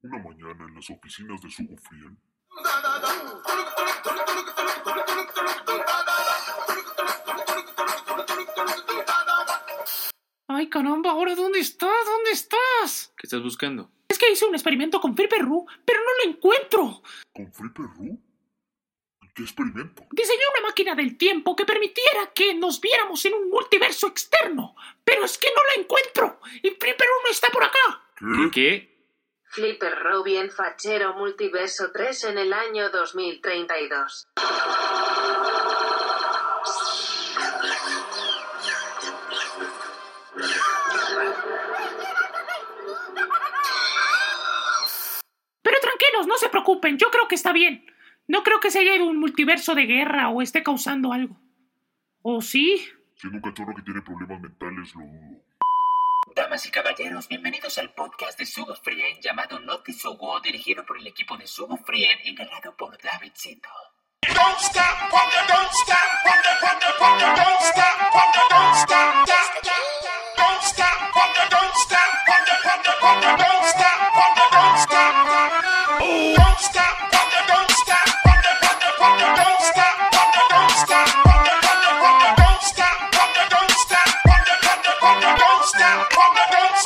Una mañana en las oficinas de Sugo Frien. Ay, caramba, ¿ahora dónde estás? ¿Dónde estás? ¿Qué estás buscando? Es que hice un experimento con Flipperoo, pero no lo encuentro. ¿Con Flipperoo? ¿Qué experimento? Diseñé una máquina del tiempo que permitiera que nos viéramos en un multiverso externo, pero es que no la encuentro y Flipperoo no está por acá. ¿Qué? Flipperoo bien fachero multiverso 3 en el año 2032. Pero tranquilos, no se preocupen, yo creo que está bien. No creo que se haya ido un multiverso de guerra o esté causando algo. ¿O sí? Siendo un cachorro que tiene problemas mentales, lo dudo. Damas y caballeros, bienvenidos al podcast de Sugo Frien llamado Noti Sugo, dirigido por el equipo de Sugo Frien y narrado por Davidcito. Don't stop, don't stop, don't stop, don't stop, don't stop, don't stop, don't stop, don't stop, don't stop, don't stop, don't stop, don't stop, don't stop, don't stop, don't stop, don't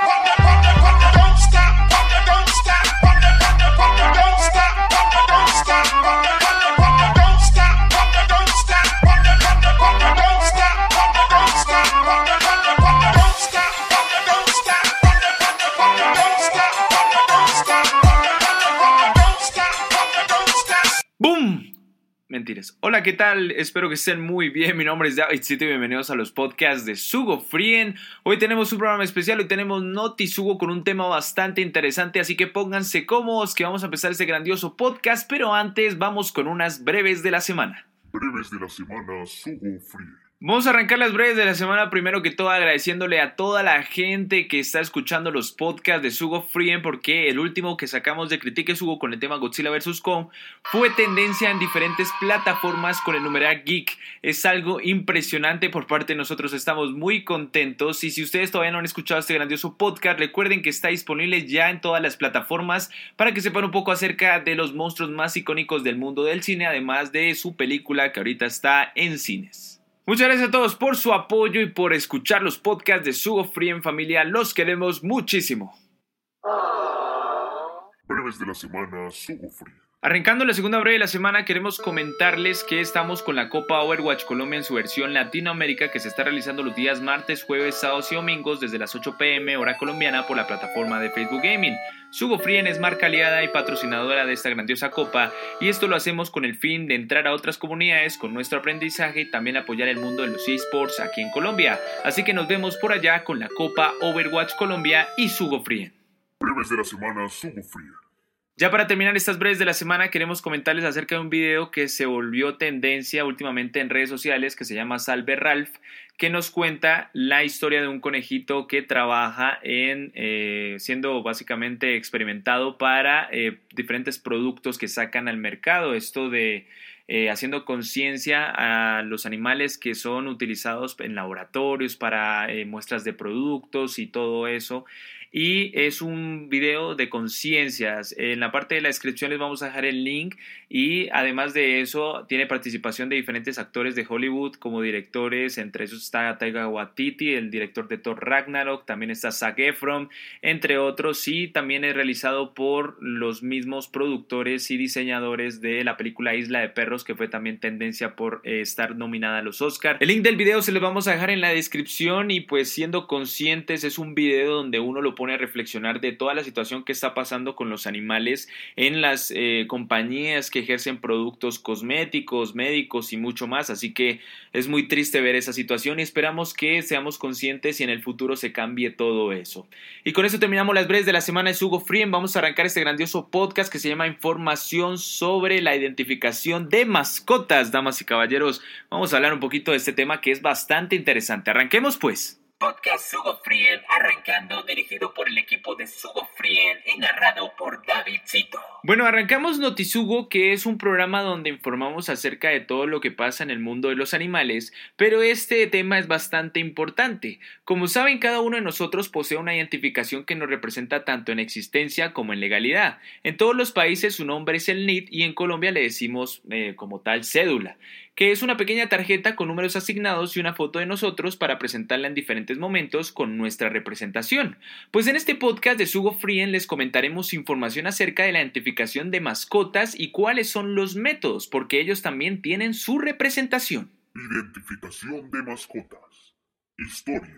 ¡Bum! Mentiras. Hola, ¿qué tal? Espero que estén muy bien. Mi nombre es Davidcito y bienvenidos a los podcasts de Sugo Frien. Hoy tenemos un programa especial, hoy tenemos Noti Sugo con un tema bastante interesante, así que pónganse cómodos que vamos a empezar este grandioso podcast, pero antes vamos con unas breves de la semana. Breves de la semana, Sugo Frien. Vamos a arrancar las breves de la semana primero que todo agradeciéndole a toda la gente que está escuchando los podcasts de Sugo Frien, porque el último que sacamos de Critique Sugo con el tema Godzilla vs. Kong fue tendencia en diferentes plataformas con el numeral geek. Es algo impresionante por parte de nosotros, estamos muy contentos y si ustedes todavía no han escuchado este grandioso podcast, recuerden que está disponible ya en todas las plataformas para que sepan un poco acerca de los monstruos más icónicos del mundo del cine, además de su película que ahorita está en cines. Muchas gracias a todos por su apoyo y por escuchar los podcasts de Sugo Frien, familia. Los queremos muchísimo. Breves de la semana, Sugo Frien. Arrancando la segunda breve de la semana, queremos comentarles que estamos con la Copa Overwatch Colombia en su versión Latinoamérica, que se está realizando los días martes, jueves, sábados y domingos desde las 8 p.m. hora colombiana por la plataforma de Facebook Gaming. Sugo Frien es marca aliada y patrocinadora de esta grandiosa copa y esto lo hacemos con el fin de entrar a otras comunidades con nuestro aprendizaje y también apoyar el mundo de los eSports aquí en Colombia. Así que nos vemos por allá con la Copa Overwatch Colombia y Sugo Frien. Breves de la semana, Sugo Frien. Ya para terminar estas breves de la semana queremos comentarles acerca de un video que se volvió tendencia últimamente en redes sociales que se llama Salve Ralph, que nos cuenta la historia de un conejito que trabaja en siendo básicamente experimentado para diferentes productos que sacan al mercado. Esto de haciendo conciencia a los animales que son utilizados en laboratorios para muestras de productos y todo eso. Y es un video de conciencias. En la parte de la descripción les vamos a dejar el link y además de eso tiene participación de diferentes actores de Hollywood como directores, entre esos está Taika Waititi, el director de Thor Ragnarok, también está Zac Efron, entre otros, y también es realizado por los mismos productores y diseñadores de la película Isla de Perros, que fue también tendencia por estar nominada a los Oscar. El link del video se los vamos a dejar en la descripción y pues siendo conscientes es un video donde uno lo pone a reflexionar de toda la situación que está pasando con los animales en las compañías que ejercen productos cosméticos, médicos y mucho más, así que es muy triste ver esa situación y esperamos que seamos conscientes y en el futuro se cambie todo eso. Y con eso terminamos las breves de la semana de Sugo Frien. Vamos a arrancar este grandioso podcast que se llama Información sobre la identificación de mascotas. Damas y caballeros, vamos a hablar un poquito de este tema que es bastante interesante. Arranquemos pues. podcast Sugo Frien, arrancando, dirigido por el equipo de Sugo Frien y narrado por Davidcito. Bueno, arrancamos Notisugo, que es un programa donde informamos acerca de todo lo que pasa en el mundo de los animales, pero este tema es bastante importante. Como saben, cada uno de nosotros posee una identificación que nos representa tanto en existencia como en legalidad. En todos los países su nombre es el NID y en Colombia le decimos como tal cédula, que es una pequeña tarjeta con números asignados y una foto de nosotros para presentarla en diferentes momentos con nuestra representación. Pues en este podcast de Sugo Frien les comentaremos información acerca de la identificación de mascotas y cuáles son los métodos, porque ellos también tienen su representación. Identificación de mascotas. Historia.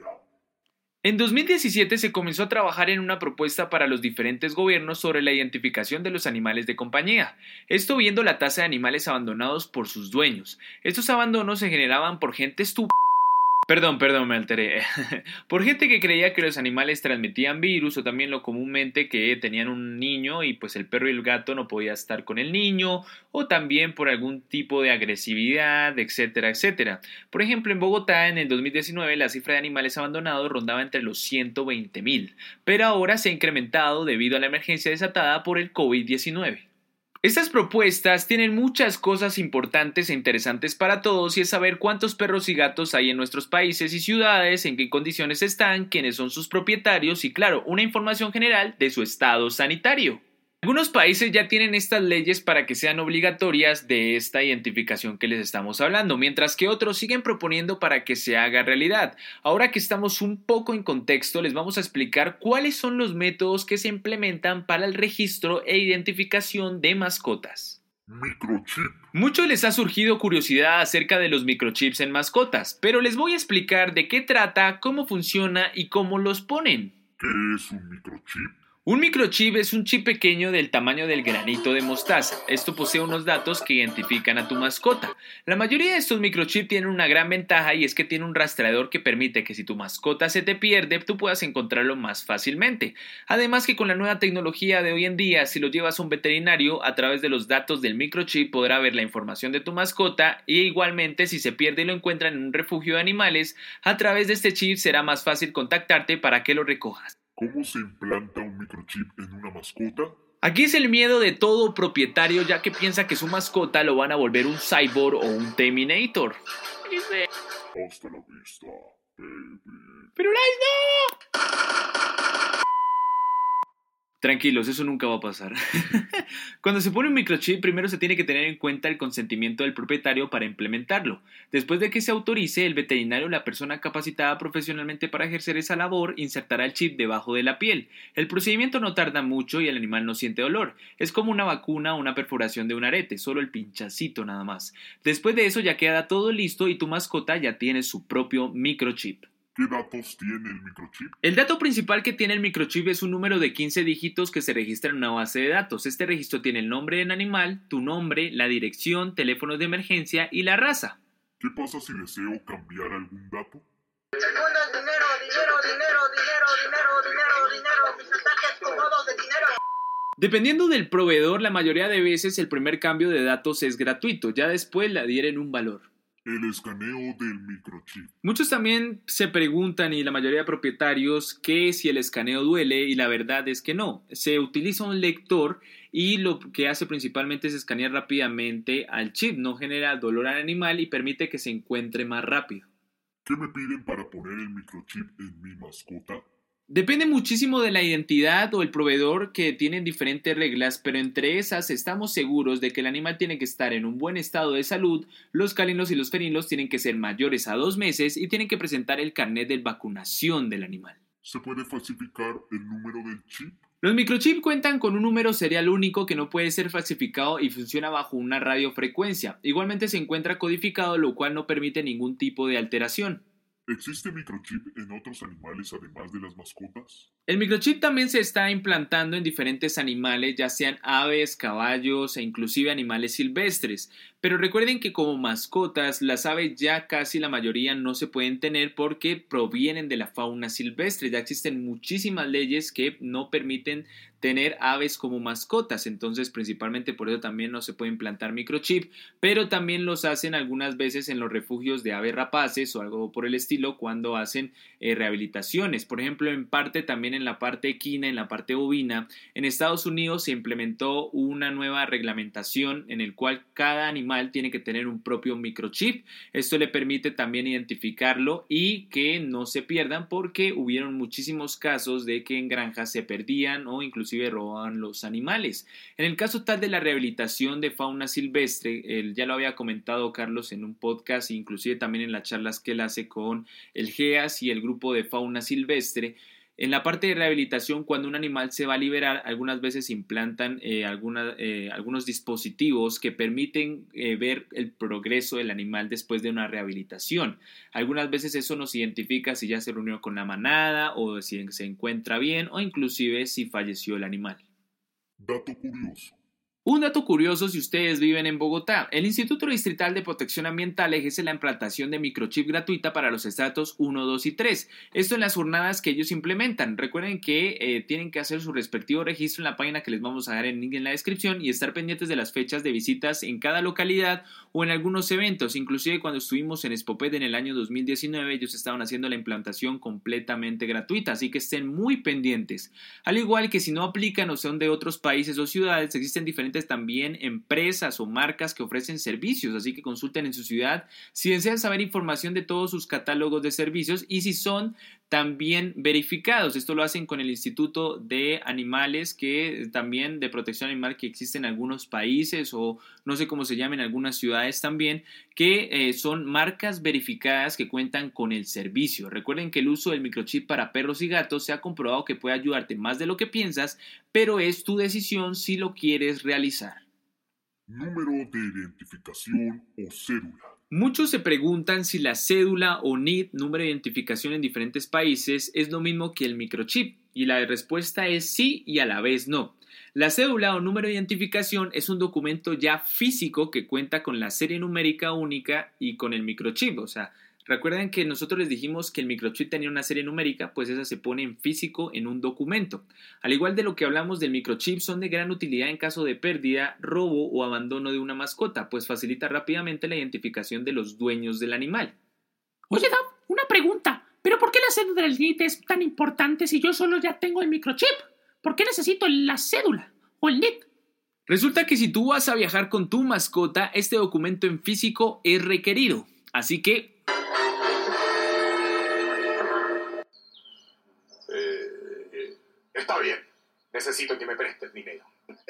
En 2017 se comenzó a trabajar en una propuesta para los diferentes gobiernos sobre la identificación de los animales de compañía. Esto viendo la tasa de animales abandonados por sus dueños. Estos abandonos se generaban por gente estúpida. Perdón, me alteré. Por gente que creía que los animales transmitían virus o también lo comúnmente que tenían un niño y pues el perro y el gato no podían estar con el niño o también por algún tipo de agresividad, etcétera, etcétera. Por ejemplo, en Bogotá en el 2019 la cifra de animales abandonados rondaba entre los 120,000, pero ahora se ha incrementado debido a la emergencia desatada por el COVID-19. Estas propuestas tienen muchas cosas importantes e interesantes para todos y es saber cuántos perros y gatos hay en nuestros países y ciudades, en qué condiciones están, quiénes son sus propietarios y claro, una información general de su estado sanitario. Algunos países ya tienen estas leyes para que sean obligatorias de esta identificación que les estamos hablando, mientras que otros siguen proponiendo para que se haga realidad. Ahora que estamos un poco en contexto, les vamos a explicar cuáles son los métodos que se implementan para el registro e identificación de mascotas. Microchip. Muchos les ha surgido curiosidad acerca de los microchips en mascotas, pero les voy a explicar de qué trata, cómo funciona y cómo los ponen. ¿Qué es un microchip? Un microchip es un chip pequeño del tamaño del granito de mostaza. Esto posee unos datos que identifican a tu mascota. La mayoría de estos microchips tienen una gran ventaja y es que tiene un rastreador que permite que si tu mascota se te pierde, tú puedas encontrarlo más fácilmente. Además que con la nueva tecnología de hoy en día, si lo llevas a un veterinario, a través de los datos del microchip podrá ver la información de tu mascota y igualmente si se pierde y lo encuentran en un refugio de animales, a través de este chip será más fácil contactarte para que lo recojas. ¿Cómo se implanta un microchip en una mascota? Aquí es el miedo de todo propietario ya que piensa que su mascota lo van a volver un cyborg o un Terminator. Dice... Hasta la vista, baby. ¡Pero no! Tranquilos, eso nunca va a pasar. Cuando se pone un microchip, primero se tiene que tener en cuenta el consentimiento del propietario para implementarlo. Después de que se autorice, el veterinario o la persona capacitada profesionalmente para ejercer esa labor insertará el chip debajo de la piel. El procedimiento no tarda mucho y el animal no siente dolor. Es como una vacuna o una perforación de un arete, solo el pinchacito nada más. Después de eso ya queda todo listo y tu mascota ya tiene su propio microchip. ¿Qué datos tiene el microchip? El dato principal que tiene el microchip es un número de 15 dígitos que se registra en una base de datos. Este registro tiene el nombre del animal, tu nombre, la dirección, teléfonos de emergencia y la raza. ¿Qué pasa si deseo cambiar algún dato? Dinero, mis ataques crudos de dinero. Dependiendo del proveedor, la mayoría de veces el primer cambio de datos es gratuito, ya después le adhieren un valor. El escaneo del microchip. Muchos también se preguntan, y la mayoría de propietarios, que si el escaneo duele, y la verdad es que no. Se utiliza un lector y lo que hace principalmente es escanear rápidamente al chip, no genera dolor al animal y permite que se encuentre más rápido. ¿Qué me piden para poner el microchip en mi mascota? Depende muchísimo de la identidad o el proveedor, que tienen diferentes reglas, pero entre esas estamos seguros de que el animal tiene que estar en un buen estado de salud, los cáninos y los felinos tienen que ser mayores a 2 meses y tienen que presentar el carnet de vacunación del animal. ¿Se puede falsificar el número del chip? Los microchips cuentan con un número serial único que no puede ser falsificado y funciona bajo una radiofrecuencia. Igualmente se encuentra codificado, lo cual no permite ningún tipo de alteración. ¿Existe microchip en otros animales además de las mascotas? El microchip también se está implantando en diferentes animales, ya sean aves, caballos e inclusive animales silvestres, Pero recuerden que como mascotas las aves ya casi la mayoría no se pueden tener porque provienen de la fauna silvestre. Ya existen muchísimas leyes que no permiten tener aves como mascotas, entonces principalmente por eso también no se puede implantar microchip, pero también los hacen algunas veces en los refugios de aves rapaces o algo por el estilo cuando hacen rehabilitaciones. Por ejemplo, en parte también en la parte equina, en la parte bovina, en Estados Unidos se implementó una nueva reglamentación en el cual cada animal tiene que tener un propio microchip. Esto le permite también identificarlo y que no se pierdan porque hubieron muchísimos casos de que en granjas se perdían o inclusive robaban los animales. En el caso tal de la rehabilitación de fauna silvestre, ya lo había comentado Carlos en un podcast, inclusive también en las charlas que él hace con el GEAS y el grupo de fauna silvestre. En la parte de rehabilitación, cuando un animal se va a liberar, algunas veces implantan algunos dispositivos que permiten ver el progreso del animal después de una rehabilitación. Algunas veces eso nos identifica si ya se reunió con la manada o si se encuentra bien o inclusive si falleció el animal. Dato curioso. Un dato curioso si ustedes viven en Bogotá, el Instituto Distrital de Protección Ambiental ejerce la implantación de microchip gratuita para los estratos 1, 2 y 3. Esto en las jornadas que ellos implementan. Recuerden que tienen que hacer su respectivo registro en la página que les vamos a dar el link en la descripción y estar pendientes de las fechas de visitas en cada localidad o en algunos eventos. Inclusive cuando estuvimos en Expoped en el año 2019 ellos estaban haciendo la implantación completamente gratuita, así que estén muy pendientes. Al igual que si no aplican o son de otros países o ciudades, existen diferentes también empresas o marcas que ofrecen servicios, así que consulten en su ciudad si desean saber información de todos sus catálogos de servicios y si son también verificados. Esto lo hacen con el Instituto de Animales, que también de protección animal que existe en algunos países o no sé cómo se llaman en algunas ciudades también, que son marcas verificadas que cuentan con el servicio. Recuerden que el uso del microchip para perros y gatos se ha comprobado que puede ayudarte más de lo que piensas, pero es tu decisión si lo quieres realizar. Número de identificación o cédula. Muchos se preguntan si la cédula o NID, número de identificación en diferentes países, es lo mismo que el microchip, y la respuesta es sí y a la vez no. La cédula o número de identificación es un documento ya físico que cuenta con la serie numérica única y con el microchip, o sea, recuerden que nosotros les dijimos que el microchip tenía una serie numérica, pues esa se pone en físico en un documento. Al igual de lo que hablamos del microchip, son de gran utilidad en caso de pérdida, robo o abandono de una mascota, pues facilita rápidamente la identificación de los dueños del animal. Oye, Dab, una pregunta. ¿Pero por qué la cédula del NIT es tan importante si yo solo ya tengo el microchip? ¿Por qué necesito la cédula o el NIT? Resulta que si tú vas a viajar con tu mascota, este documento en físico es requerido. Así que Está bien. Necesito que me prestes dinero.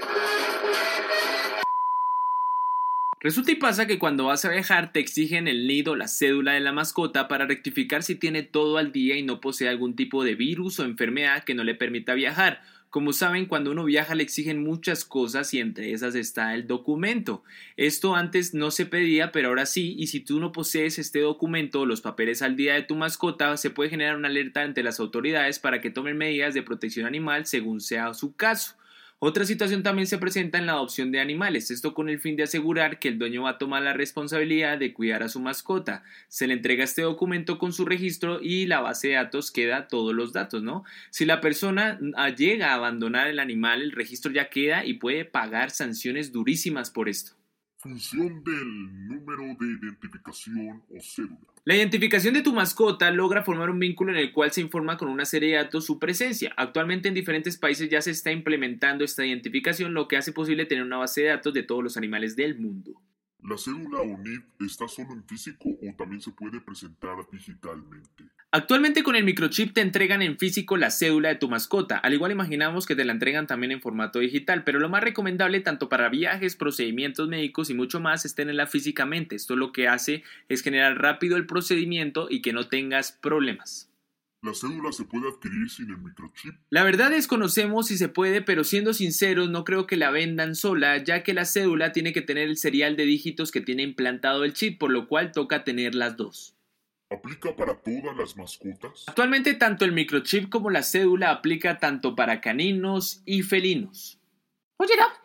resulta y pasa que cuando vas a viajar te exigen el NID o la cédula de la mascota para rectificar si tiene todo al día y no posee algún tipo de virus o enfermedad que no le permita viajar. Como saben, cuando uno viaja le exigen muchas cosas y entre esas está el documento. Esto antes no se pedía, pero ahora sí, y si tú no posees este documento o los papeles al día de tu mascota, se puede generar una alerta ante las autoridades para que tomen medidas de protección animal según sea su caso. Otra situación también se presenta en la adopción de animales, esto con el fin de asegurar que el dueño va a tomar la responsabilidad de cuidar a su mascota. Se le entrega este documento con su registro y la base de datos queda todos los datos, ¿no? Si la persona llega a abandonar el animal, el registro ya queda y puede pagar sanciones durísimas por esto. Función del número de identificación o cédula. La identificación de tu mascota logra formar un vínculo en el cual se informa con una serie de datos su presencia. Actualmente en diferentes países ya se está implementando esta identificación, lo que hace posible tener una base de datos de todos los animales del mundo. ¿La cédula o NID está solo en físico o también se puede presentar digitalmente? Actualmente con el microchip te entregan en físico la cédula de tu mascota, al igual imaginamos que te la entregan también en formato digital, pero lo más recomendable tanto para viajes, procedimientos médicos y mucho más es tenerla físicamente. Esto lo que hace es generar rápido el procedimiento y que no tengas problemas. ¿La cédula se puede adquirir sin el microchip? La verdad desconocemos si se puede, pero siendo sinceros no creo que la vendan sola, ya que la cédula tiene que tener el serial de dígitos que tiene implantado el chip, por lo cual toca tener las dos. ¿Aplica para todas las mascotas? Actualmente tanto el microchip como la cédula aplica tanto para caninos y felinos. Oye, Dab,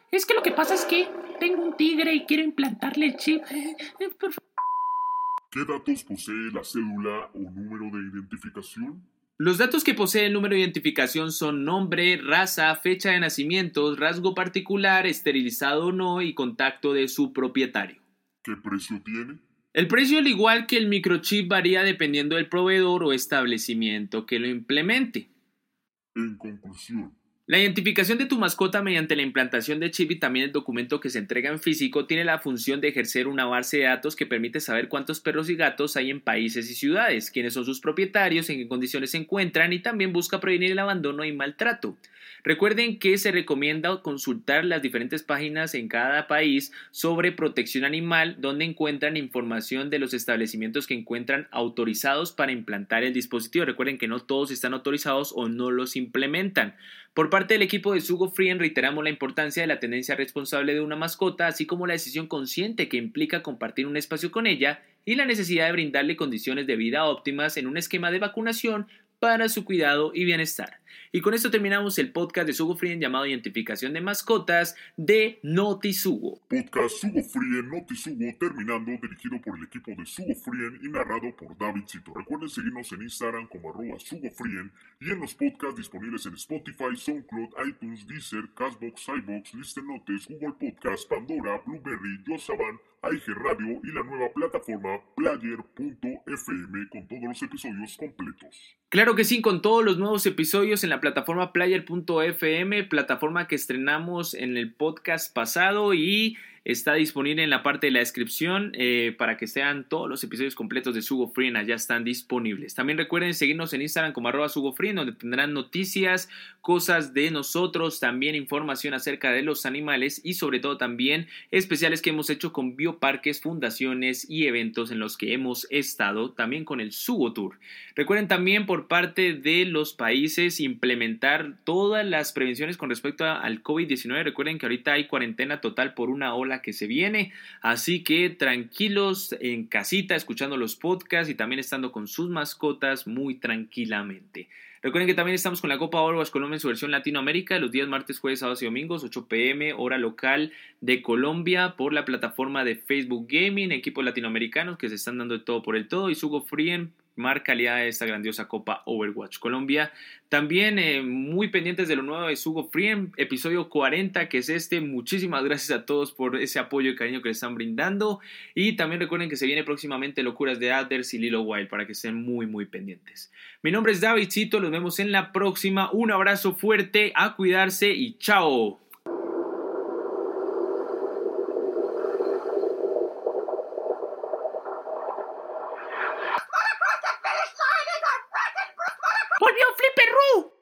Es que lo que pasa es que tengo un tigre y quiero implantarle el chip. Por favor. ¿Qué datos posee la cédula o número de identificación? Los datos que posee el número de identificación son nombre, raza, fecha de nacimiento, rasgo particular, esterilizado o no y contacto de su propietario. ¿Qué precio tiene? El precio, al igual que el microchip, varía dependiendo del proveedor o establecimiento que lo implemente. En conclusión, La identificación de tu mascota mediante la implantación de chip y también el documento que se entrega en físico tiene la función de ejercer una base de datos que permite saber cuántos perros y gatos hay en países y ciudades, quiénes son sus propietarios, en qué condiciones se encuentran y también busca prevenir el abandono y maltrato. Recuerden que se recomienda consultar las diferentes páginas en cada país sobre protección animal, donde encuentran información de los establecimientos que encuentran autorizados para implantar el dispositivo. Recuerden que no todos están autorizados o no los implementan. Por parte del equipo de Sugo Frien reiteramos la importancia de la tenencia responsable de una mascota, así como la decisión consciente que implica compartir un espacio con ella y la necesidad de brindarle condiciones de vida óptimas en un esquema de vacunación para su cuidado y bienestar. Y con esto terminamos el podcast de Sugo Frien llamado Identificación de Mascotas de Notisugo. podcast Sugo Frien Notisugo terminando, dirigido por el equipo de Sugo Frien y narrado por Davidcito. Recuerden seguirnos en Instagram como @SugoFrien y en los podcasts disponibles en Spotify, SoundCloud, iTunes, Deezer, Castbox, iVoox, Listen Notes, Google Podcasts, Pandora, Blueberry, Yosaban, IG Radio y la nueva plataforma Player.fm con todos los episodios completos. Claro que sí, con todos los nuevos episodios en la plataforma Player.fm, plataforma que estrenamos en el podcast pasado y está disponible en la parte de la descripción para que sean todos los episodios completos de Sugo Frien, allá están disponibles. También recuerden seguirnos en Instagram como @SugoFrien, donde tendrán noticias, cosas de nosotros, también información acerca de los animales y sobre todo también especiales que hemos hecho con bioparques, fundaciones y eventos en los que hemos estado, también con el Sugo Tour. Recuerden también por parte de los países implementar todas las prevenciones con respecto al COVID-19. Recuerden que ahorita hay cuarentena total por una ola que se viene, así que tranquilos en casita escuchando los podcasts y también estando con sus mascotas muy tranquilamente. Recuerden que también estamos con la Copa Overwatch Colombia en su versión Latinoamérica los días martes, jueves, sábados y domingos, 8 p.m. hora local de Colombia por la plataforma de Facebook Gaming, equipos latinoamericanos que se están dando de todo por el todo y Sugo Frien mar calidad de esta grandiosa Copa Overwatch Colombia. También muy pendientes de lo nuevo de Sugo Frien, episodio 40 que es este. Muchísimas gracias a todos por ese apoyo y cariño que le están brindando y también recuerden que se viene próximamente Locuras de Adders y Lilo Wild para que estén muy pendientes. Mi nombre es Davidcito, nos vemos en la próxima. Un abrazo fuerte, a cuidarse y chao. ¡Volvió Flipperoo!